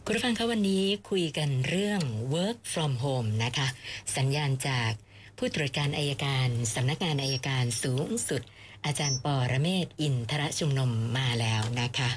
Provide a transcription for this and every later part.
คุณผู้ฟังคะวันนี้คุยกันเรื่อง work from home นะคะสัญญาณจากผู้ตรวจการอัยการสำนักงานอัยการสูงสุดอาจารย์ปรเมศวร์อินทรชุมนุมมาแล้วนะคะ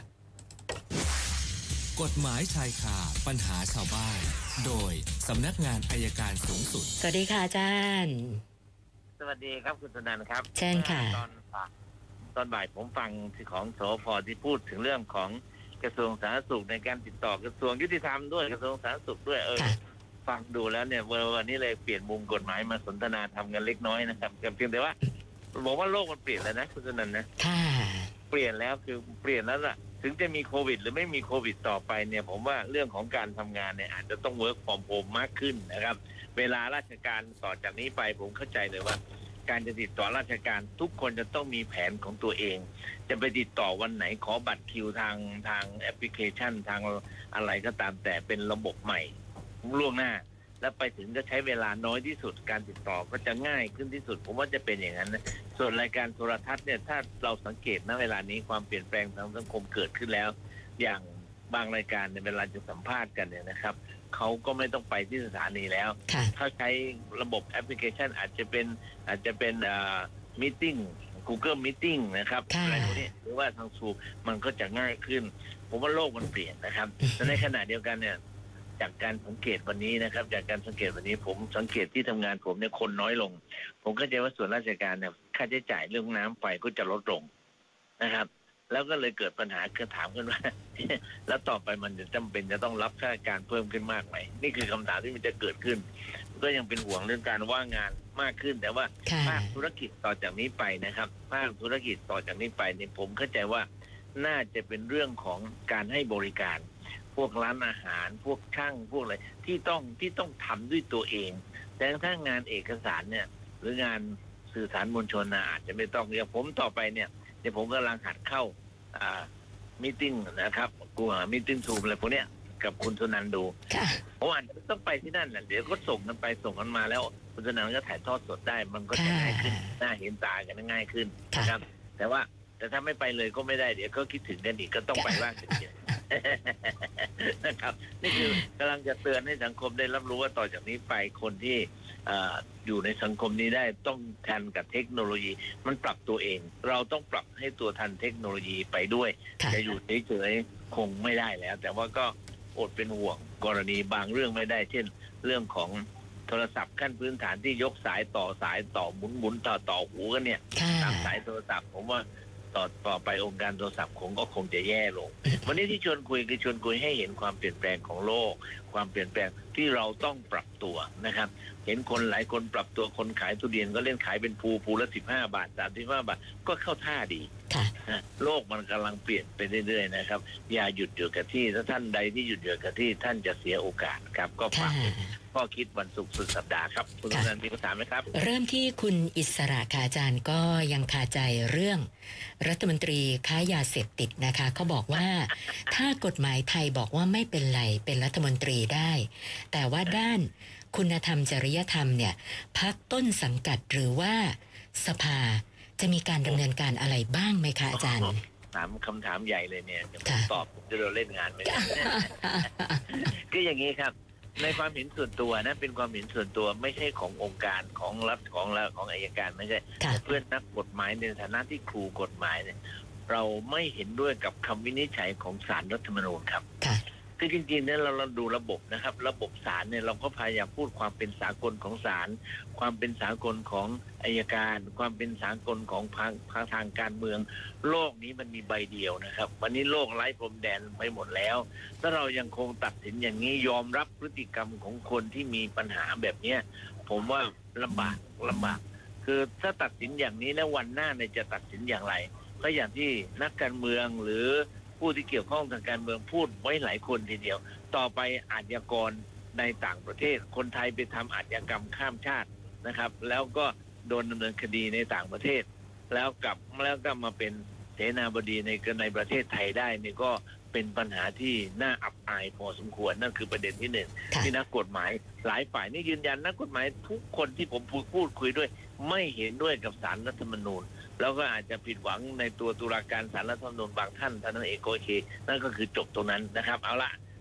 กฎหมายชายคาปัญหาชาวบ้านโดยสำนักงานอัยการสูงสุดสวัสดีค่ะอาจารย์สวัสดีครับคุณธนันท์ครับเชิญค่ะตอนบ่ายผมฟังที่ของสพที่พูดถึงเรื่องของกระทรวงสาธารณสุขในการติดต่อกระทรวงยุติธรรมด้วยกระทรวงสาธารณสุขด้วยฟังดูแล้วเนี่ยวันนี้เลยเปลี่ยนมุมกฎหมายมาสนทนาทำกันเล็กน้อยนะครับเพียงแต่ว่าบอกว่าโลกมันเปลี่ยนแล้วนะคุณธนันท์นะเปลี่ยนแล้วคือเปลี่ยนแล้วล่ะถึงจะมีโควิดหรือไม่มีโควิดต่อไปเนี่ยผมว่าเรื่องของการทำงานเนี่ยอาจจะต้องเวิร์กฟอร์มโฮมมากขึ้นนะครับเวลาราชการต่อจากนี้ไปผมเข้าใจเลยว่าการจะติดต่อราชการทุกคนจะต้องมีแผนของตัวเองจะไปติดต่อวันไหนขอบัตรคิวทางแอปพลิเคชันทางอะไรก็ตามแต่เป็นระบบใหม่ล่วงหน้าแล้วไปถึงก็ใช้เวลาน้อยที่สุดการติดต่อก็จะง่ายขึ้นที่สุดผมว่าจะเป็นอย่างนั้นนะส่วนรายการโทรทัศน์เนี่ยถ้าเราสังเกตณเวลานี้ความเปลี่ยนแปลงทางสังคมเกิดขึ้นแล้วอย่างบางรายการในเวลาจะสัมภาษณ์กันเนี่ยนะครับเขาก็ไม่ต้องไปที่สถานีแล้วถ้าใช้ระบบแอปพลิเคชันอาจจะเป็นmeeting Google Meeting นะครับอะไรพวกนี้หรือว่าทางซูมมันก็จะง่ายขึ้นผมว่าโลกมันเปลี่ยนนะครับแต่ในขณะเดียวกันเนี่ยจากการสังเกตวันนี้นะครับจากการสังเกตวันนี้ผมสังเกตที่ทำงานผมเนี่ยคนน้อยลงผมเข้าใจว่าส่วนราชการเนี่ยค่าใช้จ่ายเรื่องน้ำไฟก็จะลดลงนะครับแล้วก็เลยเกิดปัญหาก็ถามกันว่าแล้วต่อไปมันจะจำเป็นจะต้องรับข้าราชการเพิ่มขึ้นมากไหมนี่คือคำถามที่มันจะเกิดขึ้นก็ยังเป็นห่วงเรื่องการว่างงานมากขึ้นแต่ว่าภาคธุรกิจต่อจากนี้ไปนะครับภาคธุรกิจต่อจากนี้ไปเนี่ยผมเข้าใจว่าน่าจะเป็นเรื่องของการให้บริการพวกร้านอาหารพวกช่างพวกอะไรที่ต้องทำด้วยตัวเองแต่ถ้างานเอกสารเนี่ยหรืองานสื่อสารมวลชนอาจจะไม่ต้องอย่างผมต่อไปเนี่ยเดี๋ยวผมกำลังหัดเข้ามีติ้งนะครับกูมีติ้งซูมอะไรพวกเนี้ยกับคุณธนันท์ดูผมอาจจะต้องไปที่นั่นแหละเดี๋ยวก็ส่งกันไปส่งกันมาแล้วคุณธนันท์ก็ถ่ายทอดสดได้มันก็จะง่ายขึ้นน่าเห็นตากันง่ายขึ้นนะครับแต่ถ้าไม่ไปเลยก็ไม่ได้เดี๋ยวก็คิดถึงกันอีกก็ต้องไปบ้างเดียวนะครับนี่คือกำลังจะเตือนให้สังคมได้รับรู้ว่าต่อจากนี้ไปคนที่อยู่ในสังคมนี้ได้ต้องทันกับเทคโนโลยีมันปรับตัวเองเราต้องปรับให้ตัวทันเทคโนโลยีไปด้วยจะอยู่เฉยๆคงไม่ได้แล้วแต่ว่าก็อดเป็นห่วงกรณีบางเรื่องไม่ได้เช่นเรื่องของโทรศัพท์ขั้นพื้นฐานที่ยกสายต่อหมุนต่อหูกันเนี่ยตามสายโทรศัพท์ผมว่าต่อไปองค์การโทรศัพท์ก็คงจะแย่ลงวันนี้ที่ชวนคุยคือชวนคุยให้เห็นความเปลี่ยนแปลงของโลกความเปลี่ยนแปลงที่เราต้องปรับตัวนะครับเห็นคนหลายคนปรับตัวคนขายทุเรียนก็เล่นขายเป็นภูละ15 บาท35 บาทก็เข้าท่าดีโลกมันกำลังเปลี่ยนไปเรื่อยๆนะครับอย่าหยุดอยู่กับที่ถ้าท่านใดที่หยุดอยู่กับที่ท่านจะเสียโอกาสครับก็ฝากข้อคิดวันศุกร์สุดสัปดาห์ครับคุณนันท์มีคำถามไหมครับเริ่มที่คุณอิสระค่ะอาจารย์ก็ยังคาใจเรื่องรัฐมนตรีค้ายาเสพติดนะคะเขาบอกว่าถ้ากฎหมายไทยบอกว่าไม่เป็นไรเป็นรัฐมนตรีได้แต่ว่าด้านคุณธรรมจริยธรรมเนี่ยพรรคต้นสังกัดหรือว่าสภาจะมีการดำเนินการอะไรบ้างไหมคะอาจารย์ถามคำถามใหญ่เลยเนี่ยผมตอบจะเราเล่นงานไม่ได้ก็อย่างนี้ครับในความเห็นส่วนตัวนะเป็นความเห็นส่วนตัวไม่ใช่ขององค์การของรัฐของอัยการไม่ใช่เพื่อนนักกฎหมายในฐานะที่ครูกฎหมายเนี่ยเราไม่เห็นด้วยกับคำวินิจฉัยของศาลรัฐธรรมนูญครับคือจริงๆเนี่ยเราดูระบบนะครับระบบศาลเนี่ยเราก็พยายามพูดความเป็นสากลของศาลความเป็นสากลของอัยการความเป็นสากลของทางการเมืองโลกนี้มันมีใบเดียวนะครับวันนี้โลกไร้พรมแดนไปหมดแล้วถ้าเรายังคงตัดสินอย่างนี้ยอมรับพฤติกรรมของคนที่มีปัญหาแบบเนี้ยผมว่าลำบากคือถ้าตัดสินอย่างนี้แล้ววันหน้าเนี่ยจะตัดสินอย่างไรก็อย่างที่นักการเมืองหรือผู้ที่เกี่ยวข้องทางการเมืองพูดไว้หลายคนทีเดียวต่อไปอาชญากรในต่างประเทศคนไทยไปทำอาชญากรรมข้ามชาตินะครับแล้วก็โดนดำเนินคดีในต่างประเทศแล้วก็มาเป็นเสนาบดีในประเทศไทยได้นี่ก็เป็นปัญหาที่น่าอับอายพอสมควรนั่นคือประเด็นที่หนึ่งที่นักกฎหมายหลายฝ่ายนี่ยืนยันนักกฎหมายทุกคนที่ผมพูดคุยด้วยไม่เห็นด้วยกับศาลรัฐธรรมนูญแล้วก็อาจจะผิดหวังในตัวตุลาการศาลรัฐธรรมนูญบางท่านเท่านั้นเองก็โอเคนั่นก็คือจบตรงนั้นนะครับเอาละ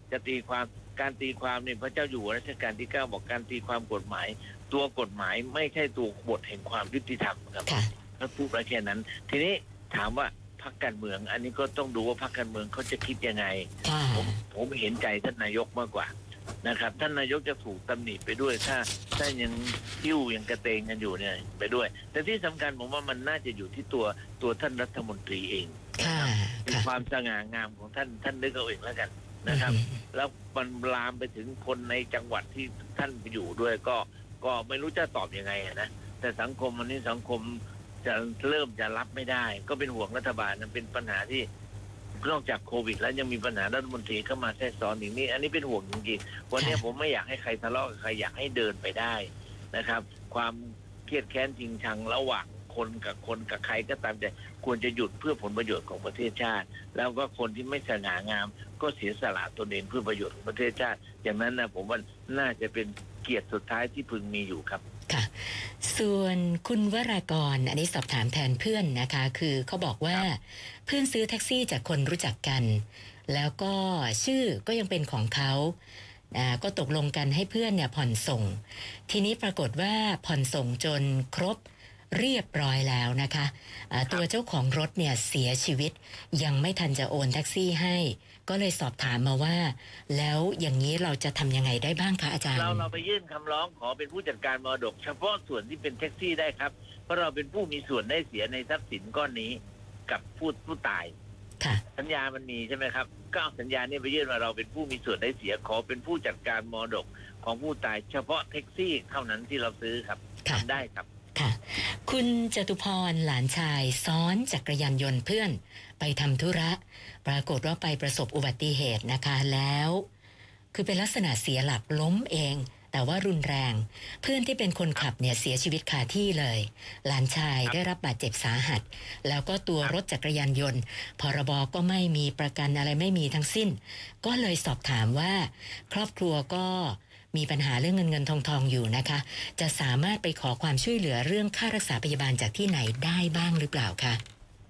จะตีความการตีความเนี่ยพระเจ้าอยู่หัวรัชกาลที่9บอกการตีความกฎหมาย ตัวกฎหมายไม่ใช่ตัวบทแห่งความยุติธรรมครับถ้าพูดไปแค่นั้นทีนี้ถามว่าพรรคการเมืองอันนี้ก็ต้องดูว่าพรรคการเมืองเขาจะคิดยังไงผมเห็นใจท่านนายกมากกว่านะครับท่านนายกจะถูกตำหนิไปด้วยถ้ายังยิ้วยังกระเตงกันอยู่เนี่ยไปด้วย แต่ที่สำคัญผมว่ามันน่าจะอยู่ที่ตัวท่านรัฐมนตรีเองความสง่างามของท่านนึกเอาเองแล้วกันนะครับแล้วมันลามไปถึงคนในจังหวัดที่ท่านอยู่ด้วยก็ไม่รู้จะตอบยังไงนะแต่สังคมวันนี้สังคมจะเริ่มจะรับไม่ได้ก็เป็นห่วงรัฐบาลนั้นเป็นปัญหาที่นอกจากโควิดแล้วยังมีปัญหารัฐมนตรีเข้ามาแทรกซ้อนอย่างนี้อันนี้เป็นห่วงจริงๆวันนี้ผมไม่อยากให้ใครทะเลาะกับใครอยากให้เดินไปได้นะครับความเครียดแค้นจริงชังระหว่างคนกับใครก็ตามแต่ควรจะหยุดเพื่อผลประโยชน์ของประเทศชาติแล้วก็คนที่ไม่สง่างามก็เสียสละตนเองเพื่อประโยชน์ของประเทศชาติอย่างนั้นนะผมว่าน่าจะเป็นเกียรติสุดท้ายที่พึงมีอยู่ครับค่ะส่วนคุณวรากรอันนี้สอบถามแทนเพื่อนนะคะคือเขาบอกว่าเพื่อนซื้อแท็กซี่จากคนรู้จักกันแล้วก็ชื่อก็ยังเป็นของเขาก็ตกลงกันให้เพื่อนเนี่ยผ่อนส่งทีนี้ปรากฏว่าผ่อนส่งจนครบเรียบร้อยแล้วนะคะตัวเจ้าของรถเนี่ยเสียชีวิตยังไม่ทันจะโอนแท็กซี่ให้ก็เลยสอบถามมาว่าแล้วอย่างนี้เราจะทำยังไงได้บ้างคะอาจารย์เราไปยื่นคำร้องขอเป็นผู้จัดการมรดกเฉพาะส่วนที่เป็นแท็กซี่ได้ครับเพราะเราเป็นผู้มีส่วนได้เสียในทรัพย์สินก้อนนี้กับผู้ตายสัญญามันมีใช่ไหมครับก็เอาสัญญานี้ไปยื่นว่าเราเป็นผู้มีส่วนได้เสียขอเป็นผู้จัดการมรดกของผู้ตายเฉพาะแท็กซี่เท่านั้นที่เราซื้อครับทำได้ครับค่ะคุณจตุพรหลานชายซ้อนจักรยานยนต์เพื่อนไปทำธุระปรากฏว่าไปประสบอุบัติเหตุนะคะแล้วคือเป็นลักษณะเสียหลักล้มเองแต่ว่ารุนแรงเพื่อนที่เป็นคนขับเนี่ยเสียชีวิตคาที่เลยหลานชายได้รับบาดเจ็บสาหัสแล้วก็ตัวรถจักรยานยนต์พรบก็ไม่มีประกันอะไรไม่มีทั้งสิ้นก็เลยสอบถามว่าครอบครัวก็มีปัญหาเรื่องเงินทองอยู่นะคะจะสามารถไปขอความช่วยเหลือเรื่องค่ารักษาพยาบาลจากที่ไหนได้บ้างหรือเปล่าคะ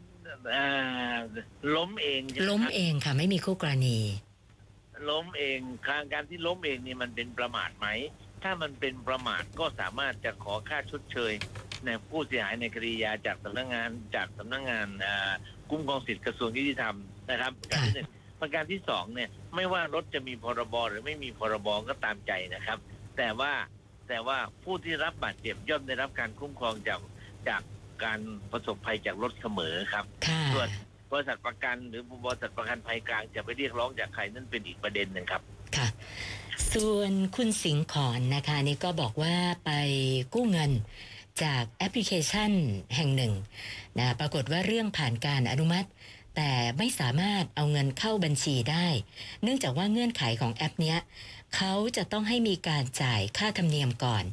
ล้มเองล้มเองค่ะไม่มีคู่กรณีล้มเองการที่ล้มเองนี่มันเป็นประมาทไหมถ้ามันเป็นประมาทก็สามารถจะขอค่าชดเชยในผู้เสียหายในคดียาจากสำนักงานคุ้มครองสิทธิกระทรวงยุติธรรมนะครับประการที่2เนี่ยไม่ว่ารถจะมีพรบหรือไม่มีพรบก็ตามใจนะครับแต่ว่าผู้ที่รับบาดเจ็บย่อมได้รับการคุ้มครองจากการประสบภัยจากรถเสมอครับส่วนบริษัทประกันหรือบริษัทประกันภัยกลางจะไปเรียกร้องจากใครนั่นเป็นอีกประเด็นหนึ่งครับค่ะส่วนคุณสิงห์ขอนนะคะนี่ก็บอกว่าไปกู้เงินจากแอปพลิเคชันแห่งหนึ่งนะปรากฏว่าเรื่องผ่านการอนุมัติแต่ไม่สามารถเอาเงินเข้าบัญชีได้เนื่องจากว่าเงื่อนไขของแอปเนี้ยเขาจะต้องให้มีการจ่ายค่าธรรมเนียมก่อน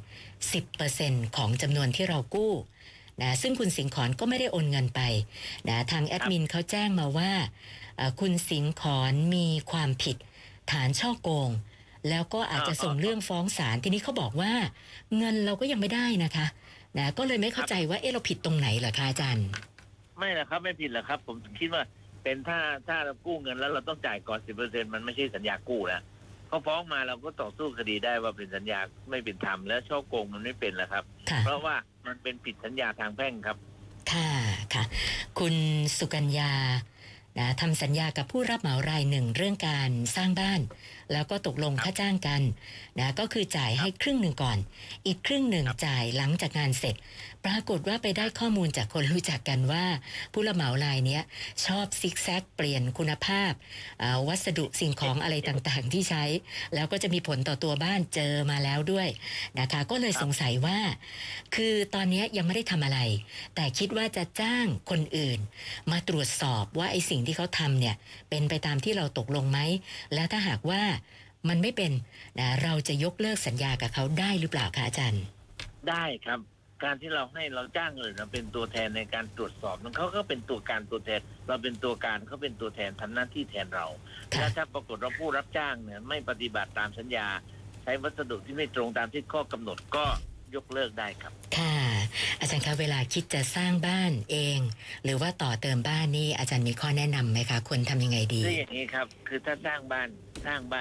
10% ของจำนวนที่เรากู้นะซึ่งคุณสิงห์ขอนก็ไม่ได้โอนเงินไปนะทางแอดมินเขาแจ้งมาว่าคุณสิงห์ขอนมีความผิดฐานฉ้อโกงแล้วก็อาจจะส่งเรื่องฟ้องศาลทีนี้เขาบอกว่าเงินเราก็ยังไม่ได้นะคะนะก็เลยไม่เข้าใจว่าเราผิดตรงไหนเหรอคะอาจารย์ไม่หรอกครับไม่ผิดหรอกครับผมคิดว่าเป็นถ้าเรากู้เงินแล้วเราต้องจ่ายก่อน 10% มันไม่ใช่สัญญากู้แล้วเขาฟ้องมาเราก็ต่อสู้คดีได้ว่าเป็นสัญญาไม่เป็นธรรมและฉ้อโกงมันไม่เป็นแล้วครับเพราะว่ามันเป็นผิดสัญญาทางแพ่งครับค่ะคุณสุกัญญานะทำสัญญากับผู้รับเหมารายหนึ่งเรื่องการสร้างบ้านแล้วก็ตกลงค่าจ้างกันนะก็คือจ่ายให้ครึ่งหนึ่งก่อนอีกครึ่งหนึ่งจ่ายหลังจากงานเสร็จปรากฏว่าไปได้ข้อมูลจากคนรู้จักกันว่าผู้รับเหมารายนี้ชอบซิกแซกเปลี่ยนคุณภาพวัสดุสิ่งของอะไรต่างๆที่ใช้แล้วก็จะมีผลต่อตัวบ้านเจอมาแล้วด้วยนะคะก็เลยสงสัยว่าคือตอนนี้ยังไม่ได้ทำอะไรแต่คิดว่าจะจ้างคนอื่นมาตรวจสอบว่าไอ้สิ่งที่เขาทำเนี่ยเป็นไปตามที่เราตกลงไหมและถ้าหากว่ามันไม่เป็นนะเราจะยกเลิกสัญญากับเขาได้หรือเปล่าคะอาจารย์ได้ครับการที่เราให้เราจ้างอื่นเราเป็นตัวแทนในการตรวจสอบมันเขาก็เป็นตัวการตัวแทนเราเป็นตัวการเขาเป็นตัวแทนทำหน้าที่แทนเราถ้าปรากฏเราผู้รับจ้างเนี่ยไม่ปฏิบัติตามสัญญาใช้วัสดุที่ไม่ตรงตามที่ข้อกำหนดก็ยกเลิกได้ครับค่ะอาจารย์คะเวลาคิดจะสร้างบ้านเองหรือว่าต่อเติมบ้านนี่อาจารย์มีข้อแนะนำไหมคะควรทำยังไงดีคืออย่างนี้ครับคือถ้าสร้างบ้าน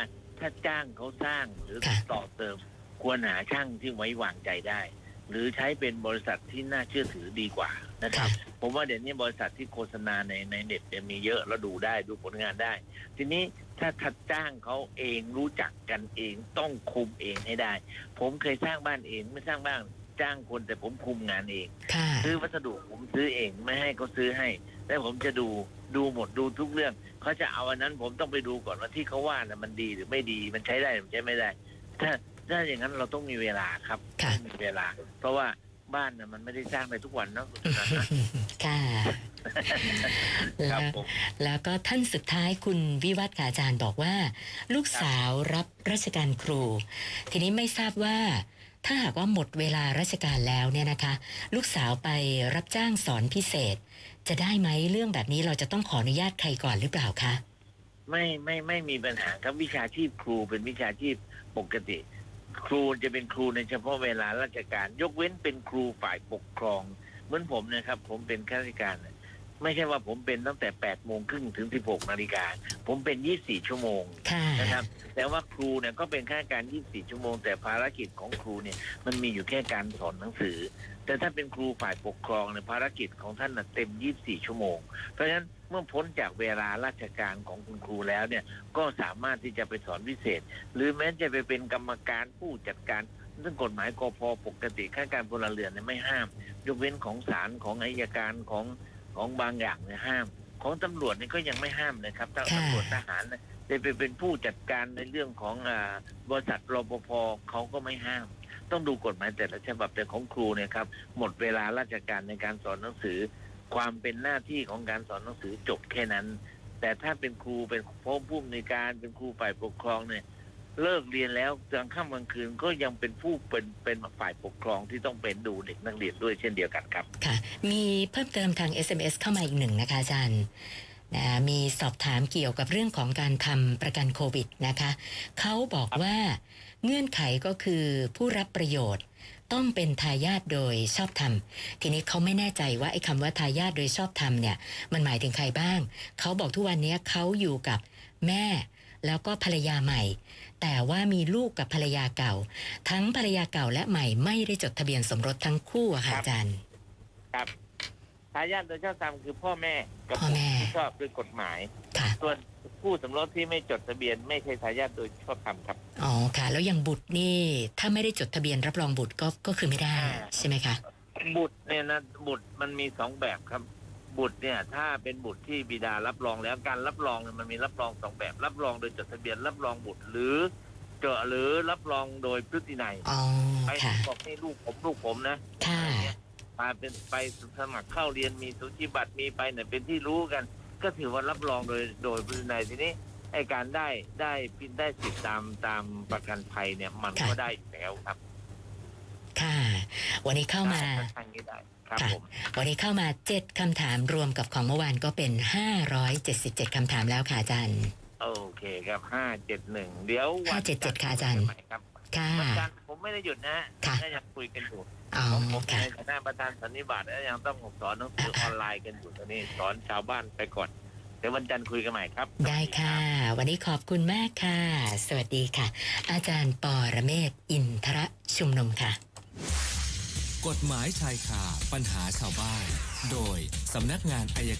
ถ้าจ้างเขาสร้างหรือค่ะต่อเติมควรหาช่างที่ไว้วางใจได้ หรือใช้เป็นบริษัทที่น่าเชื่อถือดีกว่านะครับ ผมว่าเดี๋ยวนี้บริษัทที่โฆษณาในเน็ตเนี่ยมีเยอะแล้วดูได้ดูผลงานได้ ทีนี้ถ้าจ้างเขาเองรู้จักกันเองต้องคุมเองให้ได้ ผมเคยสร้างบ้านเองไม่สร้างบ้านจ้างคนแต่ผมคุมงานเองค่ะซื้อวัสดุผมซื้อเองไม่ให้เขาซื้อให้แต่ผมจะดูหมดดูทุกเรื่องเขาจะเอาอันนั้นผมต้องไปดูก่อนว่าที่เขาว่าน่ะมันดีหรือไม่ดีมันใช้ได้หรือใช้ไม่ได้ถ้าอย่างนั้นเราต้องมีเวลาครับค่ะต้องมีเวลา เพราะว่าบ้านน่ะมันไม่ได้สร้างไปทุกวันเนาะคุณธนานะค่ะครับแล้วผมแล้วก็ท่านสุดท้ายคุณวิวัฒน์ค่ะอาจารย์บอกว่า ลูกสาวรับราชการครู ทีนี้ไม่ทราบว่า ถ้าหากว่าหมดเวลาราชการแล้วเนี่ยนะคะ ลูกสาวไปรับจ้างสอนพิเศษ จะได้ไหมเรื่องแบบนี้เราจะต้องขออนุญาตใครก่อนหรือเปล่าคะไม่มีปัญหาครับวิชาชีพครูเป็นวิชาชีพปกติ ครูจะเป็นครูในเฉพาะเวลาราชการ ยกเว้นเป็นครูฝ่ายปกครอง เหมือนผมนะครับ ผมเป็นข้าราชการน่ะไม่ใช่ว่าผมเป็นตั้งแต่8 โมงครึ่งถึง 16 นาฬิกาผมเป็น 24 ชั่วโมงค่ะนะครับ แต่ว่าครูเนี่ยก็เป็นข้าราชการ 24 ชั่วโมง แต่ภารกิจของครูเนี่ยมันมีอยู่แค่การสอนหนังสือ แต่ถ้าเป็นครูฝ่ายปกครองเนี่ยภารกิจของท่านน่ะเต็ม 24 ชั่วโมง เพราะฉะนั้นเมื่อพ้นจากเวลาราชการของคุณครูแล้วเนี่ยก็สามารถที่จะไปสอนพิเศษ หรือแม้จะไปเป็นกรรมการผู้จัดการซึ่งกฎหมายกพ.ปกติข้าราชการพลเรือนเนี่ยไม่ห้าม ยกเว้นของศาลของอัยการของบางอย่างเนี่ยห้าม ของตำรวจเนี่ยก็ยังไม่ห้ามเลยครับถ้าค่ะตำรวจทหารเนี่ยจะไปเป็นผู้จัดการในเรื่องของบริษัทรปภเขาก็ไม่ห้าม ต้องดูกฎหมายแต่ละฉบับแต่ของครูเนี่ยครับหมดเวลาราชการในการสอนหนังสือ ความเป็นหน้าที่ของการสอนหนังสือจบแค่นั้น แต่ถ้าเป็นครูเป็นผู้อำนวยการเป็นครูฝ่ายปกครองเนี่ยเลิกเรียนแล้วกลางค่ำกลางคืนก็ยังเป็นผู้เป็นฝ่ายปกครองที่ต้องเป็นดูเด็กนักเรียนด้วยเช่นเดียวกันครับค่ะ มีเพิ่มเติมทาง SMS เข้ามาอีกหนึ่งนะคะอาจารย์มีสอบถามเกี่ยวกับเรื่องของการทำประกันโควิดนะคะเขาบอกว่าเงื่อนไขก็คือผู้รับประโยชน์ต้องเป็นทายาทโดยชอบธรรมทีนี้เขาไม่แน่ใจว่าไอ้คำว่าทายาทโดยชอบธรรมเนี่ยมันหมายถึงใครบ้างเขาบอกทุกวันนี้เขาอยู่กับแม่แล้วก็ภรรยาใหม่แต่ว่ามีลูกกับภรรยาเก่าทั้งภรรยาเก่าและใหม่ไม่ได้จดทะเบียนสมรสทั้งคู่อะค่ะอาจารย์ครับทายาทโดยชอบธรรมคือพ่อแม่กับพ่อแม่ผู้ที่ชอบด้วยกฎหมายค่ะส่วนผู้สมรสที่ไม่จดทะเบียนไม่ใช่ทายาทโดยชอบธรรมครับอ๋อค่ะ แล้วอย่างบุตรนี่ถ้าไม่ได้จดทะเบียนรับรองบุตรก็คือไม่ได้ใช่ไหมคะบุตรเนี่ยนะบุตรมันมี2 แบบครับ บุตรเนี่ยถ้าเป็นบุตรที่บิดารับรองแล้วการรับรองเนี่ยมันมีรับรอง2 แบบ รับรองโดยจดทะเบียนรับรองบุตรหรือรับรองโดยพฤตินัยอ๋อไปค่ะบอกนี่ลูกผมนะค่ะอะไรเงี้ยไปสมัครเข้าเรียนมีสุจิบัตรมีไปเนี่ยเป็นที่รู้กัน ก็ถือว่ารับรองโดยพฤตินัยทีนี้ไอการได้สิทธิ์ตามประกันภัยเนี่ยมันก็ได้อยู่แล้วครับค่ะ วันนี้เข้ามาทางนี้ได้ครับค่ะผมวันนี้เข้ามา7คำถามรวมกับของเมื่อวานก็เป็น577คำถามแล้วค่ะอาจารย์โอเคครับ571เดี๋ยววัน 577ค่ะอาจารย์ใหม่ครับค่ะวันจันทร์ผมไม่ได้หยุดนะค่ะก็ยังคุยกันอยู่อ๋อผมค่ะในฐานะประธานสันนิบาตและยังต้องสอนหนังสือออนไลน์กันอยู่ตอนนี้สอนชาวบ้านไปก่อนเดี๋ยววันจันทร์คุยกันใหม่ครับได้ค่ะ วันนี้ขอบคุณมากค่ะ สวัสดีค่ะ อาจารย์ปอระเมศวร์อินทรชุมนุมค่ะกฎหมายชายคาปัญหาชาวบ้าน โดยสำนักงานอัย